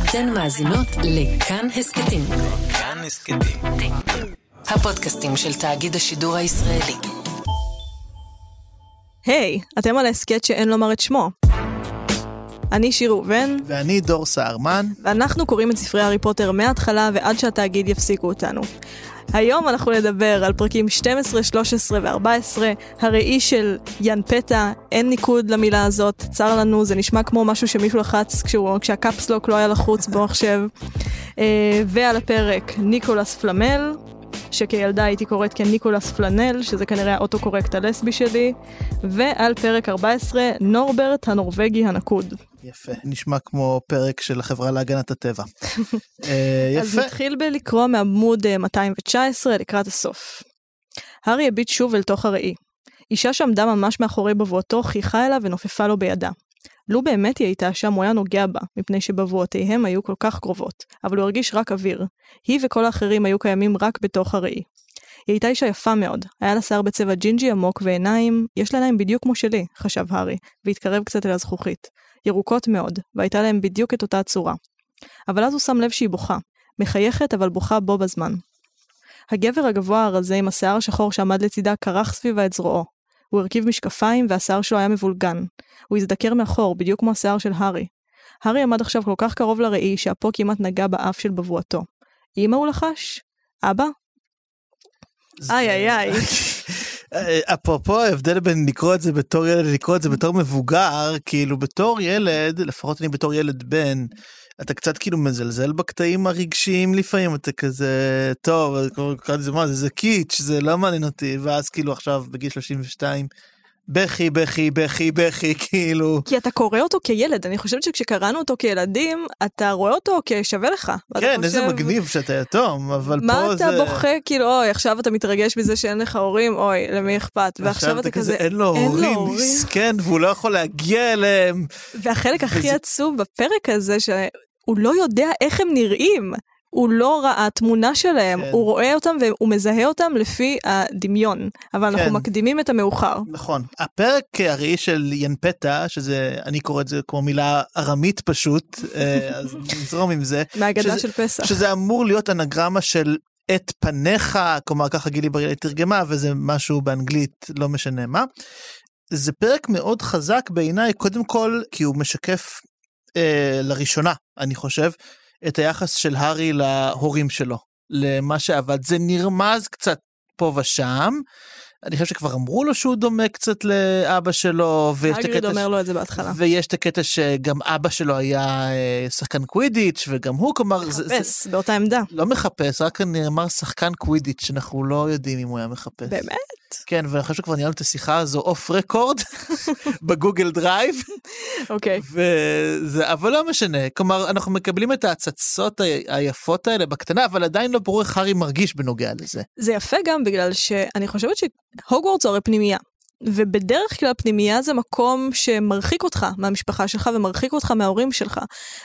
אתן מאזינות לכאן הסקטים. כאן הסקטים. הפודקאסטים של תאגיד השידור הישראלי. היי, אתם על הסקט שאין לומר את שמו. אני שיר ראובן. ואני דור סהרמן. ואנחנו קוראים את ספרי הארי פוטר מההתחלה ועד שהתאגיד יפסיקו אותנו. היום אנחנו נדבר על פרקים 12, 13 ו-14, הראי של ינפתה, אין ניקוד למילה הזאת, צר לנו, זה נשמע כמו משהו שמישהו לחץ כשהקפסלוק לא היה לחוץ במחשב. ועל הפרק ניקולס פלמל, שכילדה הייתי קוראת כניקולס פלנל, שזה כנראה האוטו-קורקט הלסבי שלי, ועל פרק 14, נורברט הנורווגי הנקוד. יפה, נשמע כמו פרק של החברה להגנת הטבע. יפה. אז נתחיל בלקרוא מעמוד 219 לקראת הסוף. הארי הביט שוב אל תוך הראי. אישה שעמדה ממש מאחורי בבואתו, חיכה אליו ונופפה לו בידה. לו באמת היא הייתה שם, הוא היה נוגע בה, מפני שבבואותיהם היו כל כך קרובות, אבל הוא הרגיש רק אוויר. היא וכל האחרים היו קיימים רק בתוך הראי. היא הייתה אישה יפה מאוד, היה לה שיער בצבע ג'ינג'י עמוק ועיניים, יש לה עיניים בדיוק כמו שלי, חשב הארי, והתקרב קצת אל הזכוכית. ירוקות מאוד, והייתה להם בדיוק את אותה צורה. אבל אז הוא שם לב שהיא בוכה, מחייכת אבל בוכה בו בזמן. הגבר הגבוה הרזה עם השיער השחור שעמד לצידה קרח סביבה את זרועו. הוא הרכיב משקפיים והשיער שלו היה מבולגן. הוא הזדקר מאחור, בדיוק כמו השיער של הארי. הארי עמד עכשיו כל כך קרוב לראי שהפו כמעט נגע באף של בבואתו. אמא הוא לחש? אבא? איי. אפרופו ההבדל בין לקרוא את זה בתור ילד לקרוא את זה בתור מבוגר, כאילו בתור ילד, לפחות אני בתור ילד בן, אתה קצת כאילו מזלזל בקטעים הרגשיים לפעמים, אתה כזה, טוב, זה קיץ', זה לא מעניין אותי, ואז כאילו עכשיו בגיל 32, בכי, כאילו. כי אתה קורא אותו כילד, אני חושבת שכשקראנו אותו כילדים, אתה רואה אותו כשווה לך. כן, איזה מגניב שאתה יתום, אבל פה זה... מה אתה בוכה, כאילו, אוי, עכשיו אתה מתרגש מזה שאין לך הורים, אוי, למי אכפת, ועכשיו אתה כזה, אין לו הורים, מסכן, והוא לא יכול להגיע אליהם. והחלק הכי עצוב בפרק הזה, שהוא לא יודע איך הם נראים. הוא לא ראה תמונה שלהם, הוא רואה אותם והוא מזהה אותם לפי הדמיון, אבל אנחנו מקדימים את המאוחר. נכון. הפרק הראי של ינפתה, שזה, אני קורא את זה כמו מילה ארמית פשוט, אז נזרום עם זה. מהגדה של פסח. שזה אמור להיות אנגרמה של את פניך, כלומר ככה גילי ברילה תרגמה, וזה משהו באנגלית, לא משנה מה. זה פרק מאוד חזק בעיניי, קודם כל, כי הוא משקף לראשונה, אני חושב, את היחס של הארי להורים שלו, למה שעבד. זה נרמז קצת פה ושם, אני חושב שכבר אמרו לו שהוא דומה קצת לאבא שלו, אגריד אומר לו את זה בהתחלה. ויש את הקטע שגם אבא שלו היה שחקן קווידיץ' וגם הוא, כלומר... מחפש, באותה עמדה. לא מחפש, רק נאמר שחקן קווידיץ' שאנחנו לא יודעים אם הוא היה מחפש. באמת? כן, ואני חושב שכבר ניהלנו את השיחה הזו אוף רקורד, בגוגל דרייב. אוקיי. אבל לא משנה, כלומר, אנחנו מקבלים את ההצצות היפות האלה בקטנה, אבל עדיין לא ברור איך הארי מרגיש בנוגע לזה. זה יפה גם בגלל שאני חושבת שהוגוורטס הרי פנימייה. ובדרך כלל פנימייה זה מקום שמרחיק אותך מהמשפחה שלך ומרחיק אותך מההורים שלך.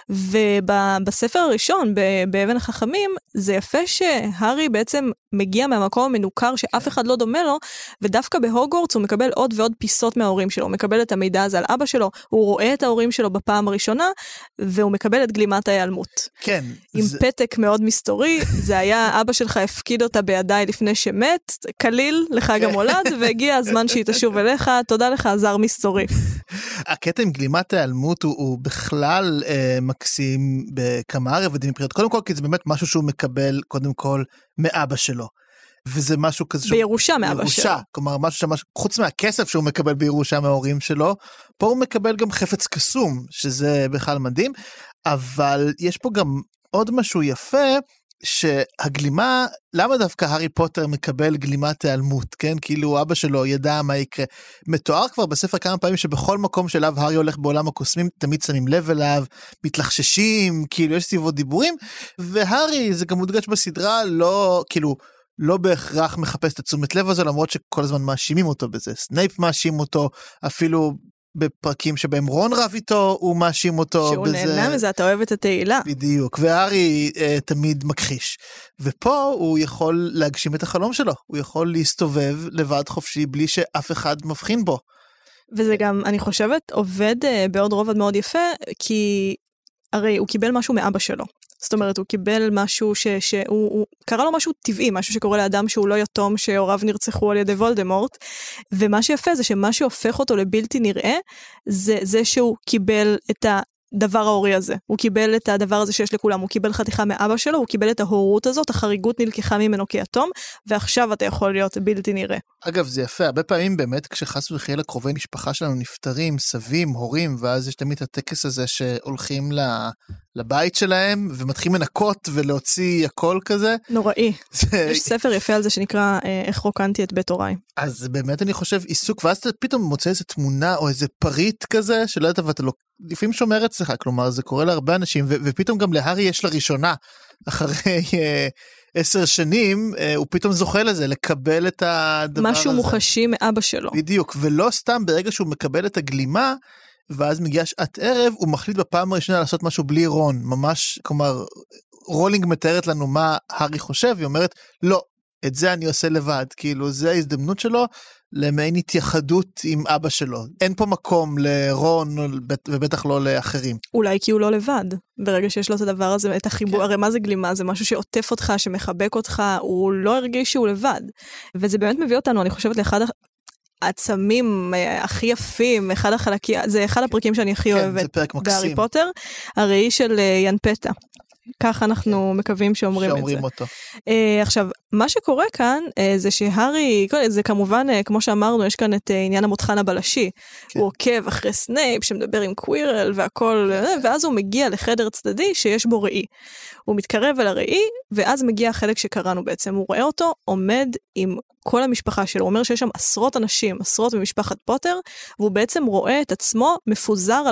ובספר הראשון, באבן החכמים, זה יפה שהארי בעצם מגיע מהמקום המנוכר שאף אחד לא דומה לו, ודווקא בהוגוורטס הוא מקבל עוד ועוד פיסות מההורים שלו. הוא מקבל את המידע הזה על אבא שלו, הוא רואה את ההורים שלו בפעם הראשונה, והוא מקבל את גלימת ההיעלמות. כן. עם פתק מאוד מסתורי, זה היה אבא שלך הפקיד אותה בידיי לפני שמת, קליל לך גם הולד, והגיע הזמן שהיא תשוב אליך, תודה לך, זר מסתורי. הקטע עם גלימת ההיעלמות הוא בכלל מקסים בכמה רבדים מבחינת, קודם כל כי זה באמת משהו שהוא מקבל קודם כל מאבא שלו, וזה משהו כזה בירושה מאבא שלו. כלומר משהו חוץ מהכסף שהוא מקבל בירושה מההורים שלו, פה הוא מקבל גם חפץ קסום, שזה בכלל מדהים, אבל יש פה גם עוד משהו יפה, שהגלימה, למה דווקא הארי פוטר מקבל גלימת העלמות, כן? כאילו אבא שלו ידע מה יקרה. מתואר כבר בספר כמה פעמים שבכל מקום שאליו הארי הולך בעולם הקוסמים, תמיד שמים לב אליו, מתלחששים, כאילו יש סביבו דיבורים, והארי, זה גם מודגש בסדרה, לא, כאילו, לא בהכרח מחפש את תשומת לב הזה, למרות שכל הזמן מאשימים אותו בזה. סנייפ מאשים אותו, אפילו בפרקים שבהם רון רב איתו, הוא מאשים אותו שהוא בזה. נהנה מזה, אתה אוהב את התהילה. בדיוק, והארי תמיד מכחיש. ופה הוא יכול להגשים את החלום שלו, הוא יכול להסתובב לבד חופשי, בלי שאף אחד מבחין בו. וזה גם, אני חושבת, עובד בעוד רובד מאוד יפה, כי הרי הוא קיבל משהו מאבא שלו. זאת אומרת, הוא קיבל משהו שהוא קרא לו משהו טבעי, משהו שקורה לאדם שהוא לא יתום, שהוריו נרצחו על ידי וולדמורט, ומה שיפה זה שמה שהופך אותו לבלתי נראה, זה שהוא קיבל את הדבר ההורי הזה. הוא קיבל את הדבר הזה שיש לכולם, הוא קיבל חתיכה מאבא שלו, הוא קיבל את ההורות הזאת, החריגות נלקחה ממנו כיתום, ועכשיו אתה יכול להיות בלתי נראה. אגב, זה יפה, הרבה פעמים באמת, כשחס וחלילה קרובי משפחה שלנו נפטרים, סבים, הורים, ואז יש תמיד הטקס הזה שהולכים לבית שלהם, ומתחילים לנקות ולהוציא הכל כזה. נוראי. יש ספר יפה על זה שנקרא איך רוקנתי את בית הוריי. אז באמת אני חושב עיסוק, ואז אתה פתאום מוצא איזה תמונה או איזה פריט כזה, שלא יודעת, ואתה לא, לפעמים שומר אצלך, כלומר זה קורה להרבה אנשים, ופתאום גם להרי יש לראשונה, אחרי 10 שנים, הוא פתאום זוכה לזה, לקבל את הדבר הזה. משהו מוחשי מאבא שלו. בדיוק, ולא סתם ברגע שהוא מקבל את הגלימה, ואז מגיע שעת ערב, הוא מחליט בפעם הראשונה לעשות משהו בלי רון, ממש, כלומר, רולינג מתארת לנו מה הארי חושב, היא אומרת, לא, את זה אני עושה לבד, כאילו, זה ההזדמנות שלו, למעין התייחדות עם אבא שלו. אין פה מקום לרון, ובטח לא לאחרים. אולי כי הוא לא לבד, ברגע שיש לו את הדבר הזה, את החיבור, הרי מה זה גלימה? זה משהו שעוטף אותך, שמחבק אותך, הוא לא הרגיש שהוא לבד. וזה באמת מביא אותנו, אני חושבת, לאחד העצמים הכי יפים, אחד החלקים, זה אחד הפרקים שאני הכי אוהבת בהארי פוטר, הראי של ינפתה. כך אנחנו מקווים שאומרים את זה. אותו. עכשיו, מה שקורה כאן, זה שהארי, זה כמובן, כמו שאמרנו, יש כאן את עניין המותחן הבלשי. כן. הוא עוקב אחרי סנייפ, שמדבר עם קווירל והכל, ואז הוא מגיע לחדר צדדי שיש בו ראי. הוא מתקרב אל הראי, ואז מגיע החלק שקראנו בעצם. הוא רואה אותו עומד עם כל המשפחה שלו. הוא אומר שיש שם עשרות אנשים, עשרות ממשפחת פוטר, והוא בעצם רואה את עצמו מפוזר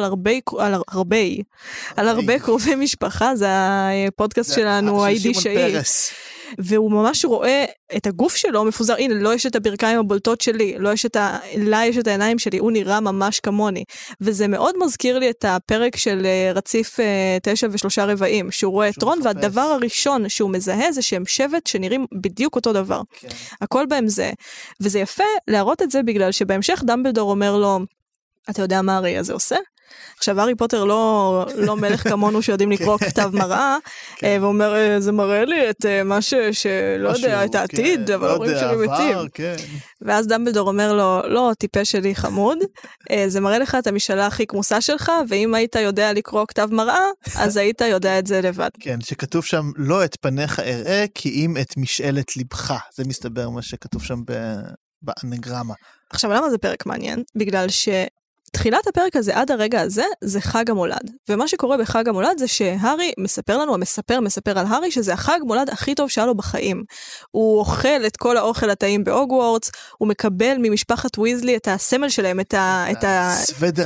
על הרבה קרובי משפחה. זה הפודקאסט שלנו, היידי שהיא. והוא ממש רואה את הגוף שלו מפוזר, הנה, לא יש את הברכיים הבולטות שלי, לה יש את העיניים שלי, הוא נראה ממש כמוני. וזה מאוד מזכיר לי את הפרק של רציף 9 ו3/4, שהוא רואה את רון, והדבר הראשון שהוא מזהה זה שהם שבט שנראים בדיוק אותו דבר. כן. הכל בהם זה. וזה יפה להראות את זה בגלל שבהמשך דמבלדור אומר לו, אתה יודע מה הראי הזה עושה? עכשיו, הארי פוטר לא מלך כמונו שיודעים לקרוא כתב מראה, ואומר, זה מראה לי את מה שלא יודע, את העתיד, אבל הורים שלי מתים. ואז דמבלדור אומר לו, לא, טיפש שלי חמוד, זה מראה לך את המשאלה הכי כמוסה שלך, ואם היית יודע לקרוא כתב מראה, אז היית יודע את זה לבד. כן, שכתוב שם, לא את פניך אראה, כי אם את משאלת לבך. זה מסתבר מה שכתוב שם באנגרמה. עכשיו, למה זה פרק מעניין? בגלל תחילת הפרק הזה עד הרגע הזה זה חג המולד. ומה שקורה בחג המולד זה שהארי מספר לנו, מספר על הארי שזה החג מולד הכי טוב שהיה לו בחיים. הוא אוכל את כל האוכל הטעים בהוגוורטס, הוא מקבל ממשפחת ויזלי את הסמל שלהם, את הסוודר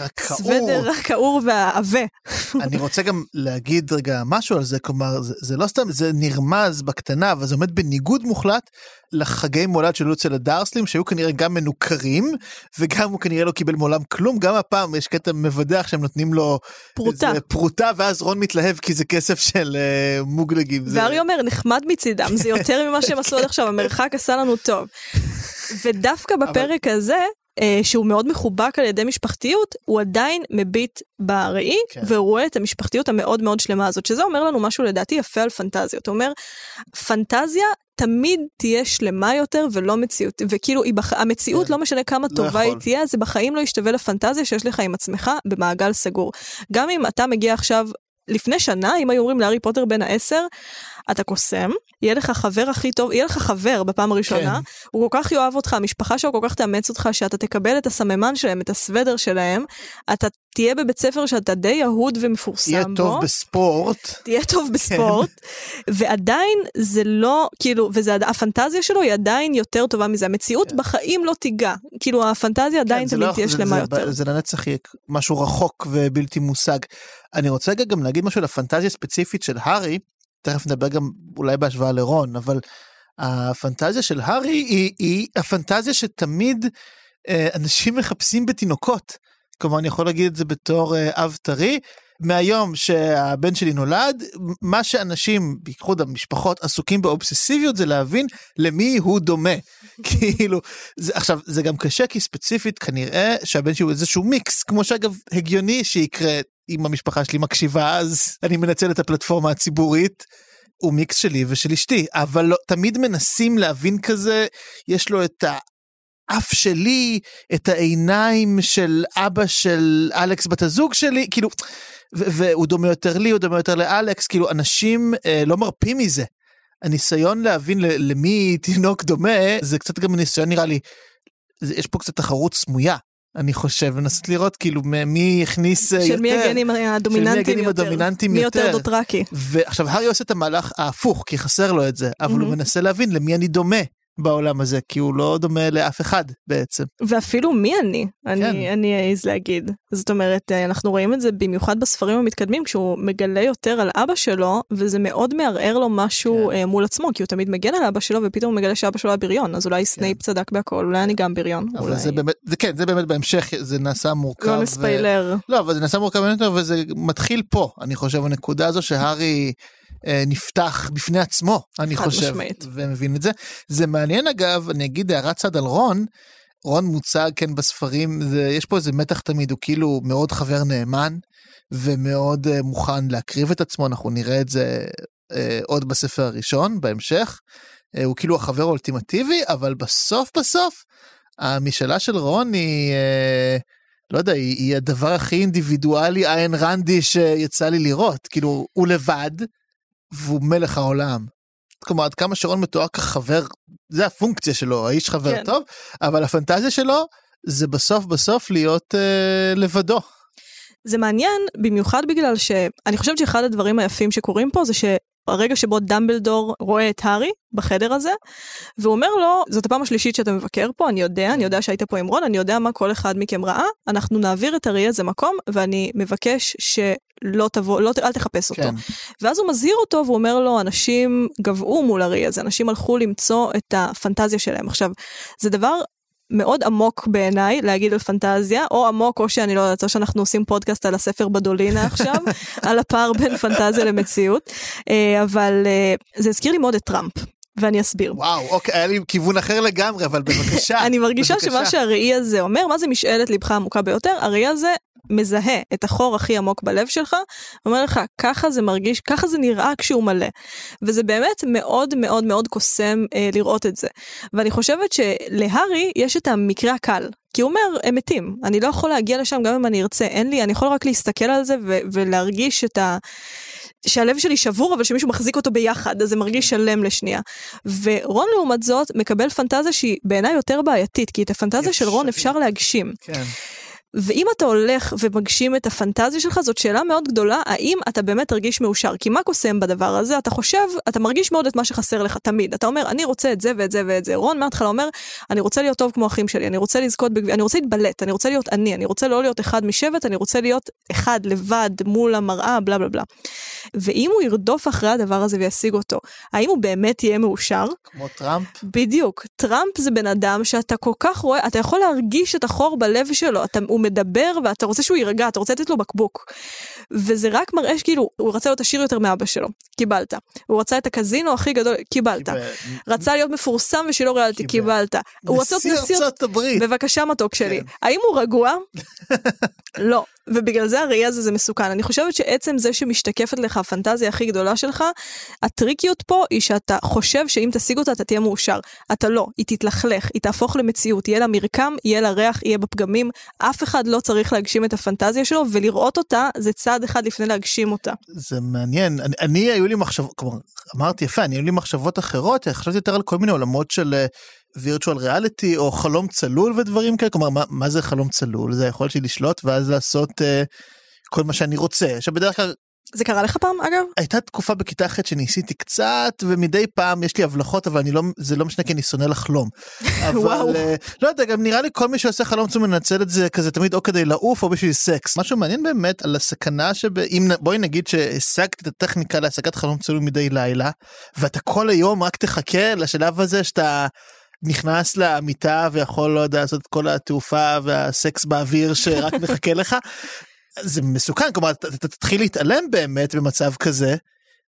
הכעור והעווה. אני רוצה גם להגיד רגע משהו על זה, כלומר זה לא סתם, זה נרמז בקטנה, אבל זה עומד בניגוד מוחלט לחגי מולד של אצל הדרסלים, שהיו כנראה גם מנוכרים, וגם הוא כנראה לא קיבל מעולם כלום, גם הפעם יש קטע מבדח שהם נותנים לו פרוטה, ואז רון מתלהב כי זה כסף של מוגלגים. והארי אומר, נחמד מצידם, זה יותר ממה שהם עשו עד עכשיו, המרחק עשה לנו טוב. ודווקא בפרק הזה, שהוא מאוד מחובק על ידי משפחתיות, הוא עדיין מביט בראי, והוא רואה את המשפחתיות המאוד מאוד שלמה הזאת, שזה אומר לנו משהו לדעתי יפה על פנטזיות. הוא אומר, פנטזיה תמיד תהיה שלמה יותר ולא מציאות, וכאילו המציאות לא משנה כמה טובה היא תהיה, זה בחיים לא ישתווה לפנטזיה שיש לך עם עצמך במעגל סגור. גם אם אתה מגיע עכשיו, לפני שנה, אם היו אומרים להארי פוטר בן 10, אתה קוסם, יהיה לך חבר הכי טוב, יהיה לך חבר בפעם הראשונה, הוא כל כך יאהב אותך, המשפחה שלו כל כך תאמץ אותך, שאתה תקבל את הסממן שלהם, את הסוודר שלהם, אתה תהיה בבית ספר שאתה די יהוד ומפורסם בו. תהיה טוב בספורט. תהיה טוב בספורט, ועדיין זה לא, כאילו, והפנטזיה שלו היא עדיין יותר טובה מזה, המציאות בחיים לא תיגע, כאילו הפנטזיה עדיין תמיד תהיה שלמה יותר. זה לנצח יהיה משהו רחוק ובלתי מושג. אני רוצה גם להגיד משהו לפנטזיה ספציפית של הארי, תכף נדבר גם אולי בהשוואה לרון, אבל הפנטזיה של הארי היא הפנטזיה שתמיד אנשים מחפשים בתינוקות. כלומר, אני יכול להגיד את זה בתור אב טרי, מהיום שהבן שלי נולד, מה שאנשים, בייחוד המשפחות, עסוקים באובססיביות, זה להבין למי הוא דומה. כאילו, עכשיו, זה גם קשה, כי ספציפית כנראה שהבן שלי הוא איזשהו מיקס, כמו שאגב הגיוני שיקרה אם המשפחה שלי מקשיבה, אז אני מנצל את הפלטפורמה הציבורית, הוא מיקס שלי ושל אשתי, אבל לא, תמיד מנסים להבין כזה, יש לו את האף שלי, את העיניים של אבא של אלכס בת הזוג שלי, כאילו, והוא דומה יותר לי, הוא דומה יותר לאלכס, כאילו, אנשים לא מרפים מזה. הניסיון להבין למי תינוק דומה, זה קצת גם ניסיון נראה לי, יש פה קצת תחרות סמויה, אני חושב, ונסות לראות כאילו מי הכניס יותר. של מי הגנים הדומיננטיים יותר. מי יותר דוטרקי. ועכשיו הארי עושה את המהלך ההפוך, כי חסר לו את זה, אבל הוא מנסה להבין למי אני דומה בעולם הזה, כי הוא לא דומה לאף אחד בעצם. ואפילו מי אני אעז להגיד. זאת אומרת, אנחנו רואים את זה במיוחד בספרים המתקדמים, כשהוא מגלה יותר על אבא שלו, וזה מאוד מערער לו משהו מול עצמו, כי הוא תמיד מגן על אבא שלו, ופתאום הוא מגלה שאבא שלו היה בריון, אז אולי סנייפ צדק בהכל, אולי אני גם בריון. אבל זה באמת, זה באמת בהמשך, זה נעשה מורכב. לא נספיילר. לא, אבל זה נעשה מורכב, וזה מתחיל פה, אני חושב, הנקודה הזו שהארי נפתח בפני עצמו, אני חושב, ומבין את זה. זה מעניין אגב, אני אגיד הערת צד על רון מוצג כן בספרים, יש פה איזה מתח תמיד, הוא כאילו מאוד חבר נאמן, ומאוד מוכן להקריב את עצמו, אנחנו נראה את זה עוד בספר הראשון, בהמשך, הוא כאילו החבר האולטימטיבי, אבל בסוף, המשאלה של רון היא, לא יודע, היא הדבר הכי אינדיבידואלי, איין רנדי שיצא לי לראות, כאילו הוא לבד, והוא מלך העולם. כלומר, עד כמה שרון מתואר כחבר, זה הפונקציה שלו, האיש חבר טוב, אבל הפנטזיה שלו, זה בסוף להיות לבדו. זה מעניין, במיוחד בגלל שאני חושבת שאחד הדברים היפים שקורים פה, זה שהרגע שבו דמבלדור רואה את הארי בחדר הזה, והוא אומר לו, זאת הפעם השלישית שאתה מבקר פה, אני יודע שהיית פה עם רון, אני יודע מה כל אחד מכם ראה, אנחנו נעביר את הארי הזה מקום, ואני מבקש שלא תבוא, אל תחפש אותו. כן. ואז הוא מזהיר אותו, והוא אומר לו, אנשים גבעו מול הארי הזה, אנשים הלכו למצוא את הפנטזיה שלהם. עכשיו, זה דבר מאוד עמוק בעיניי להגיד על פנטזיה, או עמוק, או שאני לא יודעת, שאנחנו עושים פודקאסט על הספר בדולינה עכשיו, על הפער בין פנטזיה למציאות, אבל זה הזכיר לי מאוד את טראמפ. ואני אסביר. וואו, אוקיי, היה לי כיוון אחר לגמרי, אבל בבקשה. אני מרגישה שמה שהראי הזה אומר, מה זה משאלת לבך עמוקה ביותר? הראי הזה מזהה את החור הכי עמוק בלב שלך, אומר לך, ככה זה מרגיש, ככה זה נראה כשהוא מלא. וזה באמת מאוד מאוד מאוד קוסם לראות את זה. ואני חושבת שלהארי יש את המקרה הקל. כי הוא אומר, הם מתים. אני לא יכול להגיע לשם גם אם אני ארצה. אני יכול רק להסתכל על זה ולהרגיש שהלב שלי שבור, אבל שמישהו מחזיק אותו ביחד, אז זה מרגיש שלם לשנייה. ורון לעומת זאת מקבל פנטזיה שהיא בעיניי יותר בעייתית, כי את הפנטזיה של רון אפשר להגשים. כן. ואם אתה הולך ומגשים את הפנטזיה שלך, זאת שאלה מאוד גדולה, האם אתה באמת תרגיש מאושר? כי מה קוסם בדבר הזה? אתה חושב, אתה מרגיש מאוד את מה שחסר לך תמיד. אתה אומר, אני רוצה את זה ואת זה ואת זה. רון מהתחלה אומר, אני רוצה להיות טוב כמו אחים שלי, אני רוצה לזכות, אני רוצה להתבלט, אני רוצה להיות אני רוצה לא להיות אחד משבט, אני רוצה להיות אחד לבד מול המראה, בלה בלה בלה. ואם הוא ירדוף אחרי הדבר הזה וישיג אותו, האם הוא באמת יהיה מאושר? כמו טראמפ? בדיוק. טראמפ זה בן אדם שאתה כל כך רואה, אתה יכול להרגיש את החור בלב שלו, הוא מדבר ואתה רוצה שהוא יירגע, אתה רוצה לתת לו בקבוק. וזה רק מראה שכאילו, הוא רצה להיות עשיר יותר מאבא שלו, קיבלת. הוא רצה את הקזינו הכי גדול, קיבלת. רצה להיות מפורסם ושלא ריאלטי, קיבלת. הוא רצה להיות נשיא ארצות הברית. בבקשה מתוק שלי. האם הוא רגוע? לא. ובגלל זה הראייה הזה זה מסוכן. אני חושבת שעצם זה שמשתקפת לך הפנטזיה הכי גדולה שלך, הטריקיות פה היא שאתה חושב שאם תשיג אותה אתה תהיה מאושר. אתה לא, היא תתלכלך, היא תהפוך למציאות, יהיה לה מרקם, יהיה לה ריח, יהיה בפגמים, אף אחד לא צריך להגשים את הפנטזיה שלו, ולראות אותה זה צעד אחד לפני להגשים אותה. זה מעניין, אני היו לי מחשבות, כלומר, אמרתי יפה, היו לי מחשבות אחרות, חשבתי יותר על כל מיני עולמות של וירטואל ריאליטי, או חלום צלול ודברים כאלה, כלומר, מה זה חלום צלול? זה יכול שלי לשלוט, ואז לעשות כל מה שאני רוצה, שבדרך כלל זה קרה לך פעם, אגב? הייתה תקופה בכיתה אחת שניסיתי קצת, ומדי פעם יש לי הבלחות, אבל זה לא משנה כי אני שונא לחלום. אבל, לא יודע, גם נראה לי כל מי שעושה חלום צלול מנצל את זה כזה תמיד או כדי לעוף או בשביל סקס. משהו מעניין באמת על הסכנה בואי נגיד שהשגת את הטכניקה להשגת חלום צלול מדי לילה, ואתה כל היום רק תחכה לשלב הזה שאתה נכנס למיטה ויכול, לא יודע, לעשות את כל התעופה והסקס באוויר שרק מחכה לך. זה מסוכן, כלומר, אתה תתחיל להתעלם באמת במצב כזה,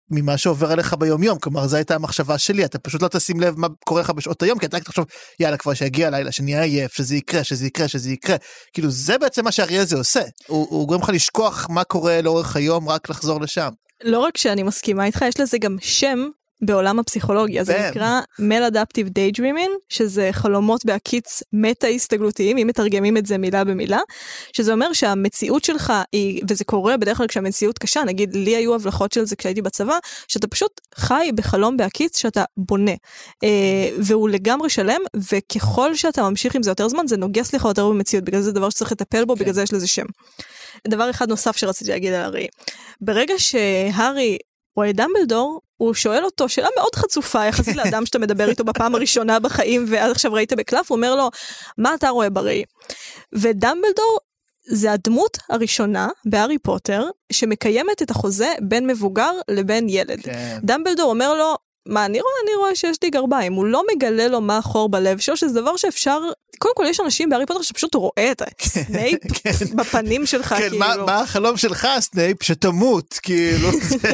ממה שעובר עליך ביום יום, כלומר זו הייתה המחשבה שלי, אתה פשוט לא תשים לב מה קורה לך בשעות היום, כי אתה רק תחשוב, יאללה כבר שיגיע הלילה, שנהיה עייף, שזה יקרה, כאילו זה בעצם מה שהאריה הזה עושה, הוא גורם לך לשכוח מה קורה לאורך היום, רק לחזור לשם. לא רק שאני מסכימה איתך, יש לזה גם שם בעולם הפסיכולוגיה, זה נקרא Maladaptive Daydreaming, שזה חלומות בהקיץ מטה-הסתגלותיים, אם מתרגמים את זה מילה במילה, שזה אומר שהמציאות שלך היא, וזה קורה בדרך כלל כשהמציאות קשה, נגיד לי היו הבלחות של זה כשהייתי בצבא, שאתה פשוט חי בחלום בהקיץ שאתה בונה, והוא לגמרי שלם, וככל שאתה ממשיך עם זה יותר זמן, זה נוגס לך יותר במציאות, בגלל זה דבר שצריך לטפל בו, בגלל זה יש לזה שם. דבר אחד נוסף שרציתי להגיד על הארי, ברגע שהארי רואה דמבלדור, הוא שואל אותו שאלה מאוד חצופה, יחסית לאדם שאתה מדבר איתו בפעם הראשונה בחיים, ועד עכשיו ראית בקלף, הוא אומר לו, מה אתה רואה בראי? ודמבלדור זה הדמות הראשונה בהארי פוטר, שמקיימת את החוזה בין מבוגר לבין ילד. כן. דמבלדור אומר לו, מה אני רואה? אני רואה שיש לי גרביים. הוא לא מגלה לו מה חור בלב שלו, שזה דבר שאפשר, קודם כל יש אנשים בהארי פוטר שפשוט רואה את סנייפ בפנים שלך. כן, מה החלום שלך סנייפ? שתמות, כאילו.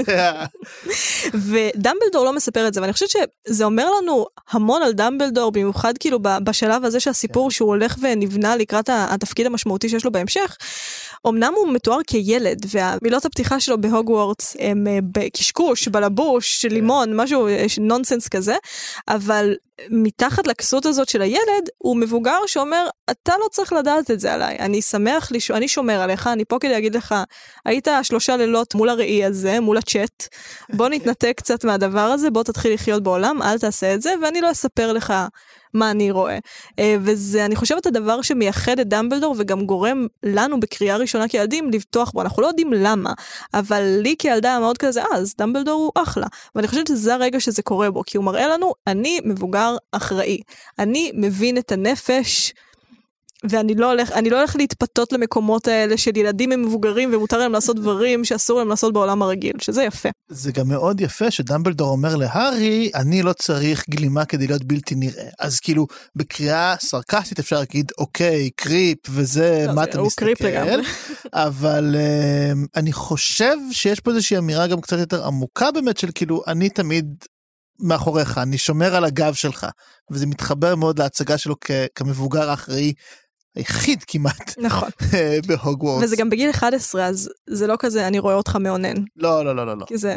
ודמבלדור לא מספר את זה, ואני חושבת שזה אומר לנו המון על דמבלדור, במיוחד כאילו בשלב הזה שהסיפור שהוא הולך ונבנה לקראת התפקיד המשמעותי שיש לו בהמשך, אמנם הוא מתואר כילד, והמילות הפתיחה שלו בהוגוורטס הם בקשקוש, בלבוש, לימון, משהו נונסנס כזה, אבל מתחת לכסות הזאת של הילד, הוא מבוגר שאומר, אתה לא צריך לדעת את זה עליי, אני שמח, אני שומר עליך, אני פה כדי להגיד לך, היית 3 לילות מול הראי הזה, מול הצ'אט, בוא נתנתק קצת מהדבר הזה, בוא תתחיל לחיות בעולם, אל תעשה את זה, ואני לא אספר לך מה אני רואה. וזה, אני חושבת, הדבר שמייחד את דמבלדור, וגם גורם לנו בקריאה ראשונה כילדים לבטוח בו, אנחנו לא יודעים למה, אבל לי כילדה מאוד כזה, אז דמבלדור הוא אחלה, ואני חושבת שזה הרגע שזה קורה בו, כי הוא מראה לנו, אני מבוגר אחראי, אני מבין את הנפש, ואני לא הולך להתפתות למקומות האלה של ילדים הם מבוגרים ומותר להם לעשות דברים שאסור להם לעשות בעולם הרגיל, שזה יפה. זה גם מאוד יפה שדמבלדור אומר להרי, אני לא צריך גלימה כדי להיות בלתי נראה. אז כאילו בקריאה סרקסטית אפשר להגיד, אוקיי, קריפ וזה, מה אתה מסתכל? אבל אני חושב שיש פה איזושהי אמירה גם קצת יותר עמוקה באמת של כאילו, אני תמיד מאחוריך, אני שומר על הגב שלך, וזה מתחבר מאוד להצגה שלו כמבוגר האחראי, היחיד כמעט. נכון. בהוגוורטס. וזה גם בגיל 11, אז זה לא כזה, אני רואה אותך מעונן. לא. כי זה...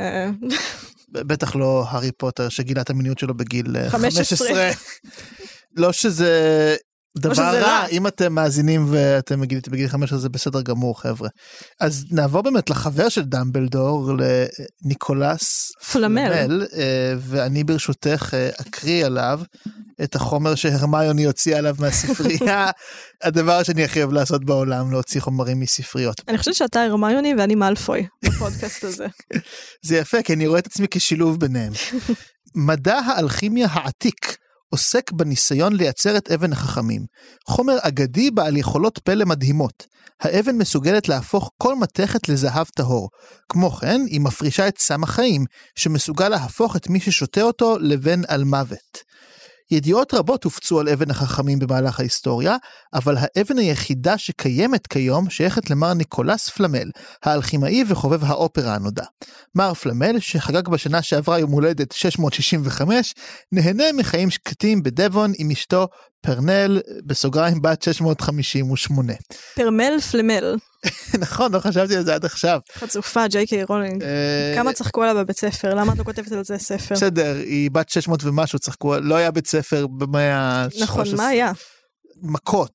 בטח לא הארי פוטר, שגילה את המיניות שלו בגיל 15. לא שזה דבר רע, אם אתם מאזינים ואתם גיליתם בגיל 15, זה בסדר גמור, חבר'ה. אז נעבור באמת לחבר של דמבלדור, לניקולס פלמל, ואני ברשותך אקריא עליו את החומר שהרמיוני הוציאה עליו מהספרייה, הדבר שאני הכי אוהב לעשות בעולם, להוציא חומרים מספריות. אני חושבת שאתה הרמיוני ואני מאלפוי בפודקאסט הזה. זה יפה, כי אני רואה את עצמי כשילוב ביניהם. מדע האלכימיה העתיק, עוסק בניסיון לייצר את אבן החכמים. חומר אגדי בעל יכולות פלא מדהימות. האבן מסוגלת להפוך כל מתכת לזהב טהור. כמו כן, היא מפרישה את סם החיים, שמסוגל להפוך את מי ששותה אותו לבן על מוות. ידיעות רבות הופצו על אבן החכמים במהלך ההיסטוריה, אבל האבן היחידה שקיימת כיום שייכת למר ניקולס פלמל, האלכימאי וחובב האופרה הנודע. מר פלמל, שחגג בשנה שעברה יום הולדת 665, נהנה מחיים שקטים בדבון עם אשתו פרנל, בסוגריים בת 658. פרמל פלמל. נכון, לא חשבתי על זה עד עכשיו. חצופה, ג'יי קיי רולינג. כמה צחקו עליו בבית ספר? למה את לא כותבת על זה ספר? בסדר, היא בת 600 ומשהו, צחקו, לא היה בית ספר במאה ה-13. נכון, מה היה? מכות.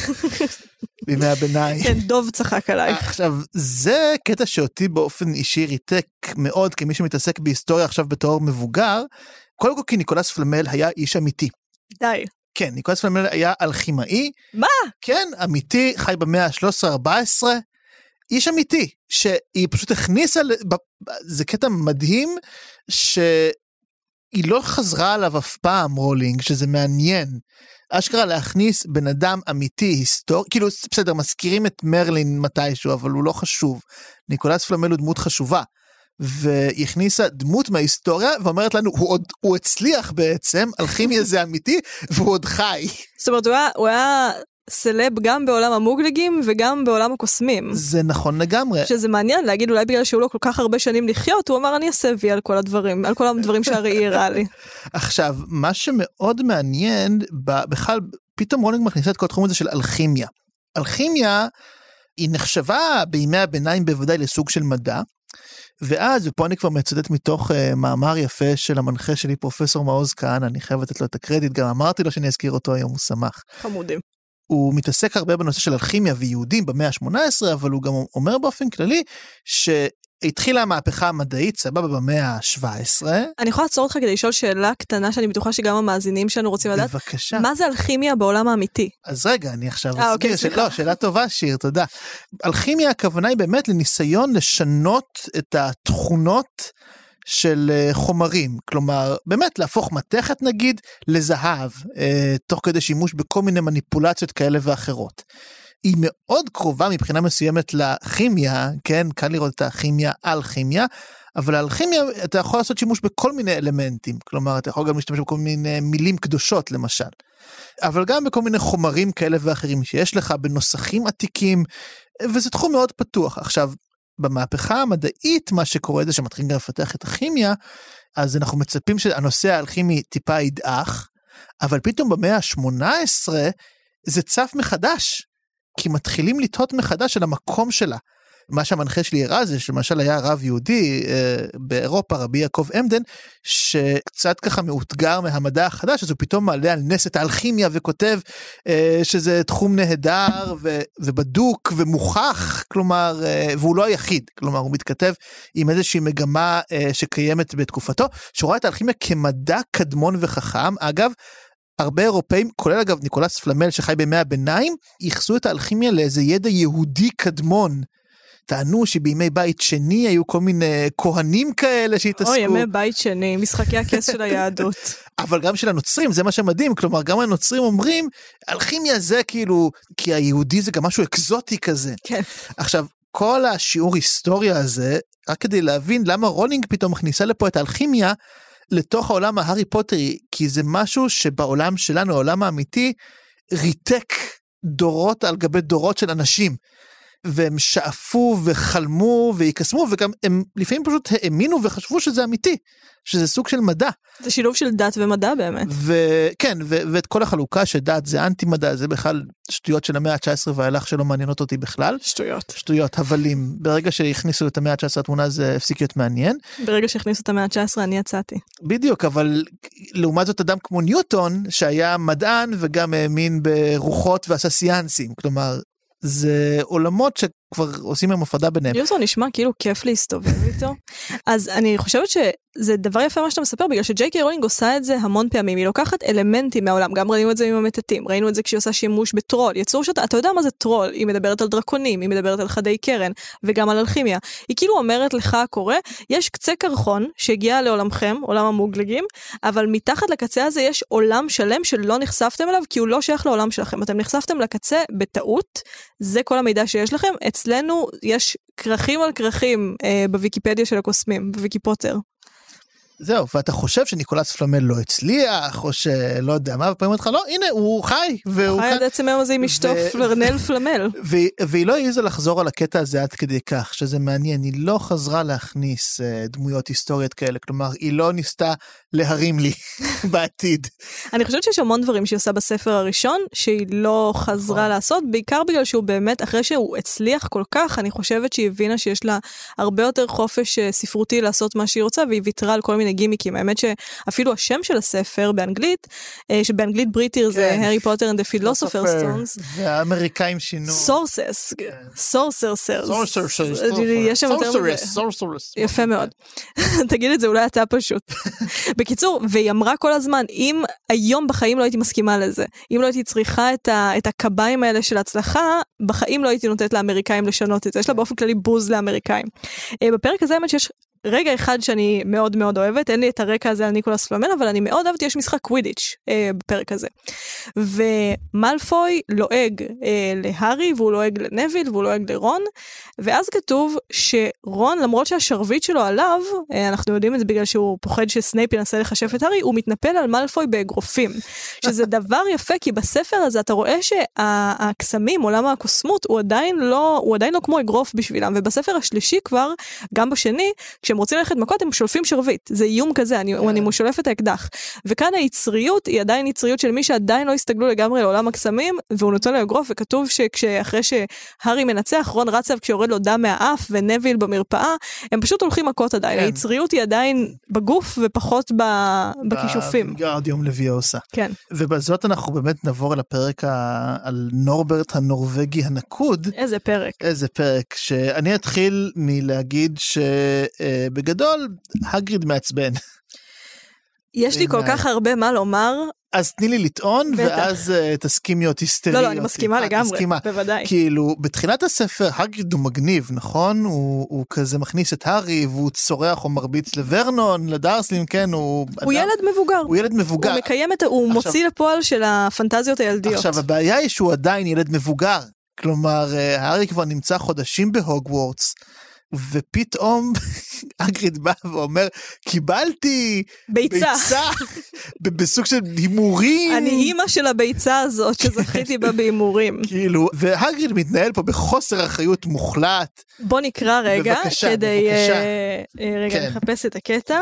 בימי הביניים. כן, דוב צחק עליי. עכשיו, זה קטע שאותי באופן אישי ריתק מאוד, כמי שמתעסק בהיסטוריה עכשיו בתור מבוגר, קודם כל כי ניקולס פלמל היה איש אמיתי. די. כן, ניקולס פלמל היה אלכימאי. מה? כן, אמיתי, חי במאה ה-13-14, איש אמיתי, שהיא פשוט הכניסה, זה קטע מדהים, שהיא לא חזרה עליו אף פעם, רולינג, שזה מעניין. אשכרה להכניס בן אדם אמיתי, היסטורי, כאילו בסדר, מזכירים את מרלין מתישהו, אבל הוא לא חשוב. ניקולס פלמל הוא דמות חשובה. והיא הכניסה דמות מההיסטוריה, ואומרת לנו, הוא הצליח בעצם, אלכימיה זה אמיתי, והוא עוד חי. זאת אומרת, הוא היה סלב גם בעולם המוגלגים וגם בעולם הקוסמים. זה נכון לגמרי. שזה מעניין להגיד, אולי בגלל שהוא לא כל כך הרבה שנים לחיות, הוא אמר, אני אעשה וי על כל הדברים, על כל הדברים שהראי הראה לי. עכשיו, מה שמאוד מעניין, בכלל, פתאום רולינג מכניסה את כל התחום הזה של אלכימיה. אלכימיה היא נחשבה בימי הביניים בוודאי לסוג של מדע, ואז, ופה אני כבר מצטט מתוך מאמר יפה של המנחה שלי, פרופסור מעוז כהן, אני חייב לתת לו את הקרדיט, גם אמרתי לו שאני אזכיר אותו היום, הוא שמח. חמודים. הוא מתעסק הרבה בנושא של אלכימיה ויהודים במאה ה-18, אבל הוא גם אומר באופן כללי, שהתחילה המהפכה המדעית, סבבה, במאה ה-17. אני יכולה לעצור אותך כדי לשאול שאלה קטנה, שאני בטוחה שגם המאזינים שלנו רוצים לדעת. בבקשה. מה זה אלכימיה בעולם האמיתי? אז רגע, אני עכשיו אוקיי, לא, שאלה טובה, שיר, תודה. אלכימיה, הכוונה היא באמת לניסיון לשנות את התכונות של חומרים, כלומר, באמת להפוך מתכת נגיד לזהב, תוך כדי שימוש בכל מיני מניפולציות כאלה ואחרות. היא מאוד קרובה מבחינה מסוימת לכימיה, כן, קל לראות את הכימיה על כימיה, אבל על כימיה אתה יכול לעשות שימוש בכל מיני אלמנטים, כלומר, אתה יכול גם להשתמש בכל מיני מילים קדושות למשל, אבל גם בכל מיני חומרים כאלה ואחרים שיש לך בנוסחים עתיקים, וזה תחום מאוד פתוח. עכשיו, במהפכה המדעית, מה שקורה זה שמתחילים גם לפתח את הכימיה, אז אנחנו מצפים שהנושא האלכימי טיפה ידעך, אבל פתאום במאה ה-18 זה צף מחדש, כי מתחילים לתהות מחדש על המקום שלה. מה שהמנחה שלי הראה זה שלמשל היה רב יהודי באירופה, רבי יעקב עמדן, שקצת ככה מאותגר מהמדע החדש, אז הוא פתאום מעלה על נס את האלכימיה וכותב שזה תחום נהדר ובדוק ומוכח, כלומר, והוא לא היחיד, כלומר הוא מתכתב עם איזושהי מגמה שקיימת בתקופתו, שרואה את האלכימיה כמדע קדמון וחכם. אגב, הרבה אירופאים, כולל אגב ניקולס פלמל שחי בימי הביניים, ייחסו את האלכימיה לאיזה ידע יהודי קדמון. טענו שבימי בית שני היו כל מיני כהנים כאלה שהתעסקו. אוי, ימי בית שני, משחקי הכס של היהדות. אבל גם של הנוצרים, זה מה שמדהים, כלומר גם הנוצרים אומרים, אלכימיה זה כאילו, כי היהודי זה גם משהו אקזוטי כזה. כן. עכשיו, כל השיעור היסטוריה הזה, רק כדי להבין למה רולינג פתאום מכניסה לפה את האלכימיה, לתוך העולם ההרי פוטרי, כי זה משהו שבעולם שלנו, העולם האמיתי, ריתק דורות על גבי דורות של אנשים, והם שאפו וחלמו ויקסמו, וגם הם לפעמים פשוט האמינו וחשבו שזה אמיתי, שזה סוג של מדע. זה שילוב של דת ומדע באמת. וכן, ואת כל החלוקה שדת זה אנטי מדע, זה בכלל שטויות של המאה ה-19 והלך שלא מעניינות אותי בכלל. שטויות, הבלים. ברגע שהכניסו את המאה ה-19 התמונה זה הפסיק להיות מעניין. ברגע שהכניסו את המאה ה-19 אני יצאתי. בדיוק, אבל לעומת זאת אדם כמו ניוטון, שהיה מדען וגם האמין ברוחות והססיאנסים, כלומר, זה עולמות שכבר עושים עם הפרדה ביניהם. ניוטון נשמע כאילו כיף להסתובב איתו. אז אני חושבת שזה דבר יפה מה שאתה מספר, בגלל שג'יי קיי רולינג עושה את זה המון פעמים. היא לוקחת אלמנטים מהעולם, גם ראינו את זה עם המתתים, ראינו את זה כשהיא עושה שימוש בטרול. יצור שאתה, אתה יודע מה זה טרול? היא מדברת על דרקונים, היא מדברת על חדי קרן, וגם על אלכימיה. היא כאילו אומרת לך הקורא, יש קצה קרחון שהגיע לעולמכם, עולם המוגלגים, אבל מתחת לקצה הזה יש עולם שלם שלא נחשפתם אליו, כי הוא לא שייך לעולם שלכם. אתם נחשפתם לקצה בטעות, זה כל המידע שיש לכם. אצלנו יש כרכים על כרכים בוויקיפדיה של הקוסמים, בוויקיפוטר. זהו, ואתה חושב שניקולס פלמל לא הצליח, או שלא יודע מה, ופעמים אותך, לא, הנה, הוא חי. הוא חי עד עצם היום הזה עם אשתו פלרנל פלמל. והיא לא העיזה לחזור על הקטע הזה עד כדי כך, שזה מעניין, היא לא חזרה להכניס דמויות היסטוריות כאלה, כלומר, היא לא ניסתה להרים לי בעתיד. אני חושבת שיש המון דברים שהיא עושה בספר הראשון, שהיא לא חזרה לעשות, בעיקר בגלל שהוא באמת, אחרי שהוא הצליח כל כך, אני חושבת שהיא הבינה שיש לה הרבה יותר חופש ספרותי לעשות מה שהיא רוצה, והיא ויתרה על כל מיני גימיקים. האמת שאפילו השם של הספר באנגלית, שבאנגלית בריטיר זה הארי פוטר and the Philosopher's Stones. והאמריקאים שינו. סורסס. יש שם יותר מזה. יפה מאוד. תגיד את זה, אולי אתה פשוט. בקיצור, והיא אמרה כל הזמן, אם היום בחיים לא הייתי מסכימה לזה, אם לא הייתי צריכה את הקביים האלה של הצלחה, בחיים לא הייתי נותנת לאמריקאים לשנות את זה. יש לה באופן כללי בוז לאמריקאים. בפרק הזה האמת שיש רגע אחד שאני מאוד מאוד אוהבת, אין לי את הרקע הזה על ניקולס פלמל, אבל אני מאוד אוהבת, יש משחק קווידיץ' בפרק הזה. ומלפוי לועג להרי, והוא לועג לנביל, והוא לועג לרון, ואז כתוב שרון, למרות שהשרביט שלו עליו, אנחנו יודעים את זה בגלל שהוא פוחד שסנייפ ינסה לחשף את הארי, הוא מתנפל על מלפוי באגרופים, שזה דבר יפה, כי בספר הזה אתה רואה שהקסמים, עולם הקוסמות, הוא עדיין לא כמו אגרוף בשבילם, ובספר השלישי כבר, גם בשני, כשהם רוצים ללכת מכות, הם שולפים שרביט, זה איום כזה, אני שולף את האקדח, וכאן היצריות היא עדיין יצריות של מי שעדיין לא הסתגלו לגמרי לעולם הקסמים, והוא נותן לו אגרוף, וכתוב שאחרי שהרי מנצח, רון רצב כשיורד לו דם מהאף, ונביל במרפאה, הם פשוט הולכים מכות עדיין, היצריות היא עדיין בגוף, ופחות בכישופים. בגרדיום לוויוסה. כן. ובזאת אנחנו באמת נעבור על הפרק על נורברט הנורווגי הנקוד. איזה פרק. איזה פרק, שאני אתחיל מלהגיד שבגדול, הגריד מעצבן. יש לי כל כך הרבה מה לומר. אז תני לי לטעון, ואז תסכימי אותי היסטריות. לא, אני מסכימה לגמרי, בוודאי. כאילו, בתחילת הספר, הגריד הוא מגניב, נכון? הוא כזה מכניס את הארי, והוא צורח או מרביץ לוורנון, לדרסלים, כן, הוא ילד מבוגר. הוא ילד מבוגר. הוא מקיים הוא מוציא לפועל של הפנטזיות הילדיות. עכשיו, הבעיה היא שהוא עדיין ילד מבוגר. כלומר, הארי כבר נמצא חודשים בהוגוורטס, ופתאום הגריד בא ואומר, קיבלתי ביצה בסוג של הימורים. אני אימא של הביצה הזאת שזכיתי בה בהימורים. כאילו, והגריד מתנהל פה בחוסר אחריות מוחלט. בוא נקרא רגע, כדי רגע לחפש את הקטע.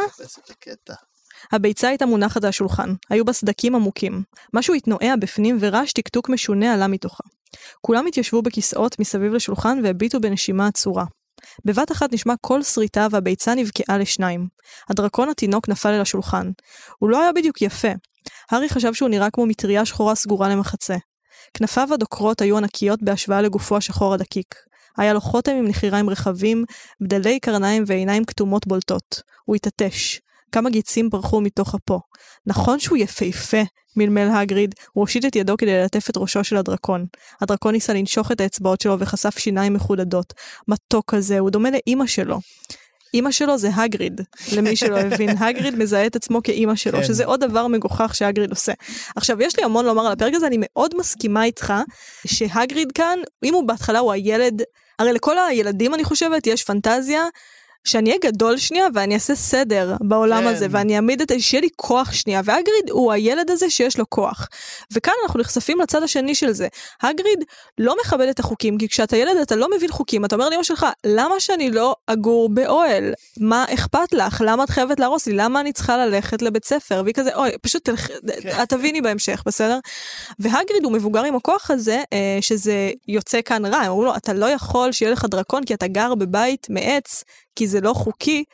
הביצה הייתה מונחת על השולחן, היו בה סדקים עמוקים. משהו התנועע בפנים ורעש טקטוק משונה עלה מתוכה. כולם התיישבו בכיסאות מסביב לשולחן והביטו בנשימה עצורה. בבת אחת נשמע כל שריטה והביצה נבקעה לשניים. הדרקון התינוק נפל אל השולחן. הוא לא היה בדיוק יפה. הארי חשב שהוא נראה כמו מטריה שחורה סגורה למחצה. כנפיו הדוקרות היו ענקיות בהשוואה לגופו השחור הדקיק. היה לו חותם עם נחיריים רחבים, בדלי קרניים ועיניים כתומות בולטות. הוא התעטש. כמה גיצים ברחו מתוך אפו. נכון שהוא יפהפה, מלמל הגריד, הוא הושיט את ידו כדי ללטף את ראשו של הדרקון. הדרקון ניסה לנשוך את האצבעות שלו וחשף שיניים מחודדות. מתוק כזה, הוא דומה לאמא שלו. אמא שלו זה הגריד, למי שלא הבין. הגריד מזהה את עצמו כאמא שלו, שזה עוד דבר מגוחך שהגריד עושה. עכשיו, יש לי המון לומר על הפרק הזה, אני מאוד מסכימה איתך, שהגריד כאן, אם הוא בהתחלה הוא הילד, הרי לכל הילדים אני חושבת, יש פנטזיה, שאני אהיה גדול שנייה ואני אעשה סדר בעולם הזה, ואני אעמיד שיהיה לי כוח שנייה, והגריד הוא הילד הזה שיש לו כוח. וכאן אנחנו נחשפים לצד השני של זה. הגריד לא מכבד את החוקים, כי כשאתה ילד אתה לא מבין חוקים, אתה אומר לאמא שלך, למה שאני לא אגור באוהל? מה אכפת לך? למה את חייבת להרוס לי? למה אני צריכה ללכת לבית ספר? והיא כזה, אוי, פשוט את תביני בהמשך, בסדר? והגריד הוא מבוגר עם הכוח הזה, שזה יוצא כאן רע. הם אומרים לו, אתה לא יכול שיהיה לך דרקון, כי אתה גר בבית מעץ, כי זה לא חוקי,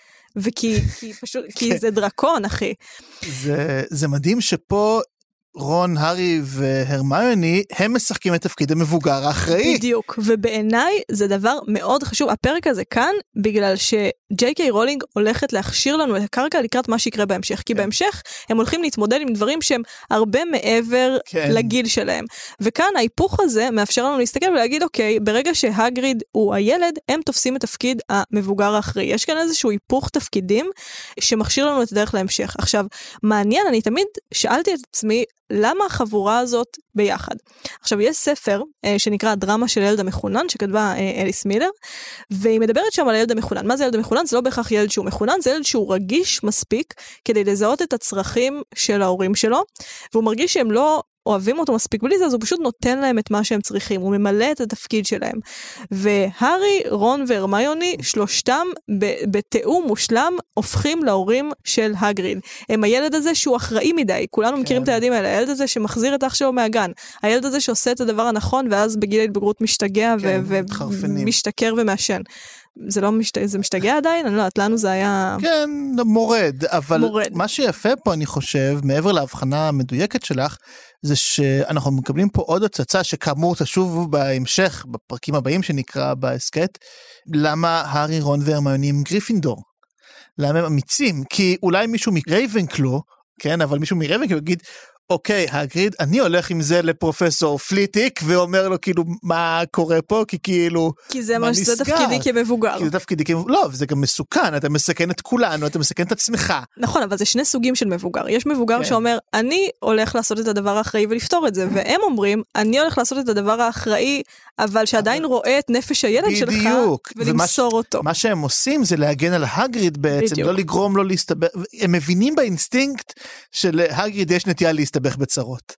כי זה דרקון, אחי. זה מדהים שפה רון, הארי והרמיוני, הם משחקים את תפקיד המבוגר האחראי. בדיוק, ובעיניי זה דבר מאוד חשוב. הפרק הזה כאן, בגלל שג'יי קיי רולינג הולכת להכשיר לנו את הקרקע לקראת מה שיקרה בהמשך, כי בהמשך הם הולכים להתמודד עם דברים שהם הרבה מעבר לגיל שלהם. וכאן ההיפוך הזה מאפשר לנו להסתכל ולהגיד, אוקיי, ברגע שהגריד הוא הילד, הם תופסים את תפקיד המבוגר האחראי. יש כאן איזשהו היפוך תפקידים שמכשיר לנו את הדרך להמשך. עכשיו, מעניין, אני תמיד שאלתי את עצמי, למה החבורה הזאת ביחד? עכשיו, יש ספר שנקרא הדרמה של הילד המחונן, שכתבה אליס מילר, והיא מדברת שם על הילד המחונן. מה זה ילד המחונן? זה לא בהכרח ילד שהוא מחונן, זה ילד שהוא רגיש מספיק כדי לזהות את הצרכים של ההורים שלו, והוא מרגיש שהם לא אוהבים אותו מספיק בלי זה, אז הוא פשוט נותן להם את מה שהם צריכים, הוא ממלא את התפקיד שלהם. והארי, רון והרמיוני, שלושתם בתיאום מושלם, הופכים להורים של הגריד. הם הילד הזה שהוא אחראי מדי, כולנו מכירים את הילדים האלה, הילד הזה שמחזיר את אח שלו מהגן, הילד הזה שעושה את הדבר הנכון, ואז בגיל ההתבגרות משתגע ומשתכר ומאשן. זה לא זה משתגע עדיין? אני לא יודעת, לנו זה היה... כן, מורד, אבל מה שיפה פה אני חושב, מעבר להבחנה המדויקת שלך, זה שאנחנו מקבלים פה עוד הצצה שכאמור תשוב בהמשך, בפרקים הבאים שנקרא בהסקט, למה הארי, רון והרמיוני הם גריפינדור? למה הם אמיצים? כי אולי מישהו מרייבנקלו, כן, אבל מישהו מרייבנקלו יגיד, אוקיי, הגריד, אני הולך עם זה לפרופסור פליטיק, ואומר לו כאילו, מה קורה פה? כי כאילו, כי זה מה שזה תפקידי כמבוגר. כי זה תפקידי כמבוגר, לא, וזה גם מסוכן, אתה מסכן את כולנו, אתה מסכן את עצמך. נכון, אבל זה שני סוגים של מבוגר. יש מבוגר שאומר, אני הולך לעשות את הדבר האחראי ולפתור את זה, והם אומרים, אני הולך לעשות את הדבר האחראי, אבל שעדיין רואה את נפש הילד שלך, ולמסור אותו. מה שהם עושים זה להגן על הגריד בעצם, לא לגרום לו להסתבך, הם מבינים באינסטינקט שלהגריד יש נטייה להסתבך בצרות.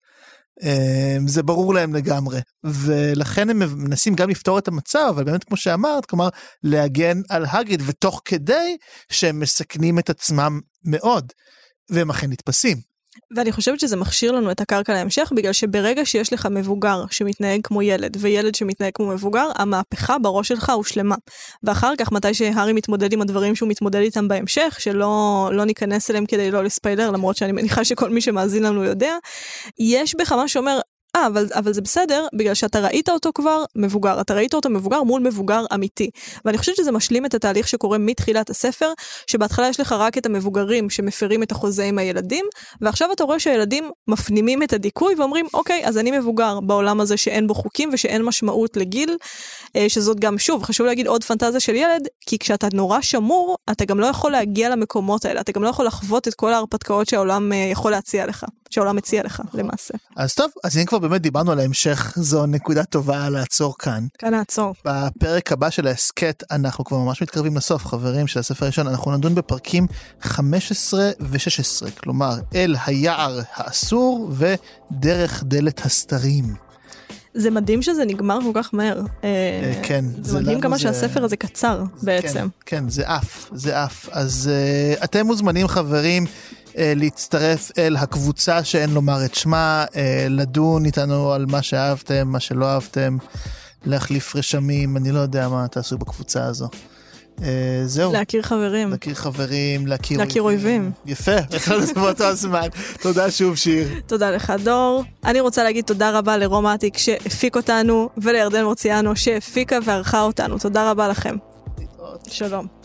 זה ברור להם לגמרי, ולכן הם מנסים גם לפתור את המצב, אבל באמת כמו שאמרת, כלומר להגן על הגריד, ותוך כדי שהם מסכנים את עצמם מאוד, והם אכן נתפסים. ואני חושבת שזה מכשיר לנו את הקרקע להמשך, בגלל שברגע שיש לך מבוגר שמתנהג כמו ילד, וילד שמתנהג כמו מבוגר, המהפכה בראש שלך הוא שלמה. ואחר כך, מתי שהארי מתמודד עם הדברים שהוא מתמודד איתם בהמשך, שלא ניכנס אליהם כדי לא לספיילר, למרות שאני מניחה שכל מי שמאזין לנו יודע, יש בך מה שאומר, אבל זה בסדר, בגלל שאתה ראית אותו כבר מבוגר, אתה ראית אותו מבוגר מול מבוגר אמיתי. ואני חושבת שזה משלים את התהליך שקורה מתחילת הספר, שבהתחלה יש לך רק את המבוגרים שמפרים את החוזה עם הילדים, ועכשיו אתה רואה שהילדים מפנימים את הדיכוי ואומרים, אוקיי, אז אני מבוגר בעולם הזה שאין בו חוקים ושאין משמעות לגיל, שזאת גם, שוב, חשוב להגיד עוד פנטזיה של ילד, כי כשאתה נורא שמור, אתה גם לא יכול להגיע למקומות האלה, אתה גם לא יכול לחוות את כל ההרפתקאות שהעולם יכול להציע לך, שהעולם מציע לך, למעשה. אז טוב, אז אם כבר באמת דיברנו על ההמשך, זו נקודה טובה לעצור כאן. כאן נעצור. בפרק הבא של ההסקט, אנחנו כבר ממש מתקרבים לסוף, חברים, של הספר הראשון, אנחנו נדון בפרקים 15 ו-16, כלומר, אל היער האסור ודרך דלת הסתרים. זה מדהים שזה נגמר כל כך מהר. כן. זה מדהים כמה שהספר הזה קצר בעצם. כן, זה אף. אז אתם מוזמנים, חברים, להצטרף אל הקבוצה שאין לומר את שמה, לדון איתנו על מה שאהבתם, מה שלא אהבתם, להחליף רשמים, אני לא יודע מה תעשו בקבוצה הזו. זהו. להכיר חברים. להכיר אויבים. יפה, אחד זה באותו הזמן. תודה שוב שיר. תודה לך דור. אני רוצה להגיד תודה רבה לרום עתיק שהפיק אותנו, ולירדן מורציאנו שהפיקה וערכה אותנו. תודה רבה לכם. שלום.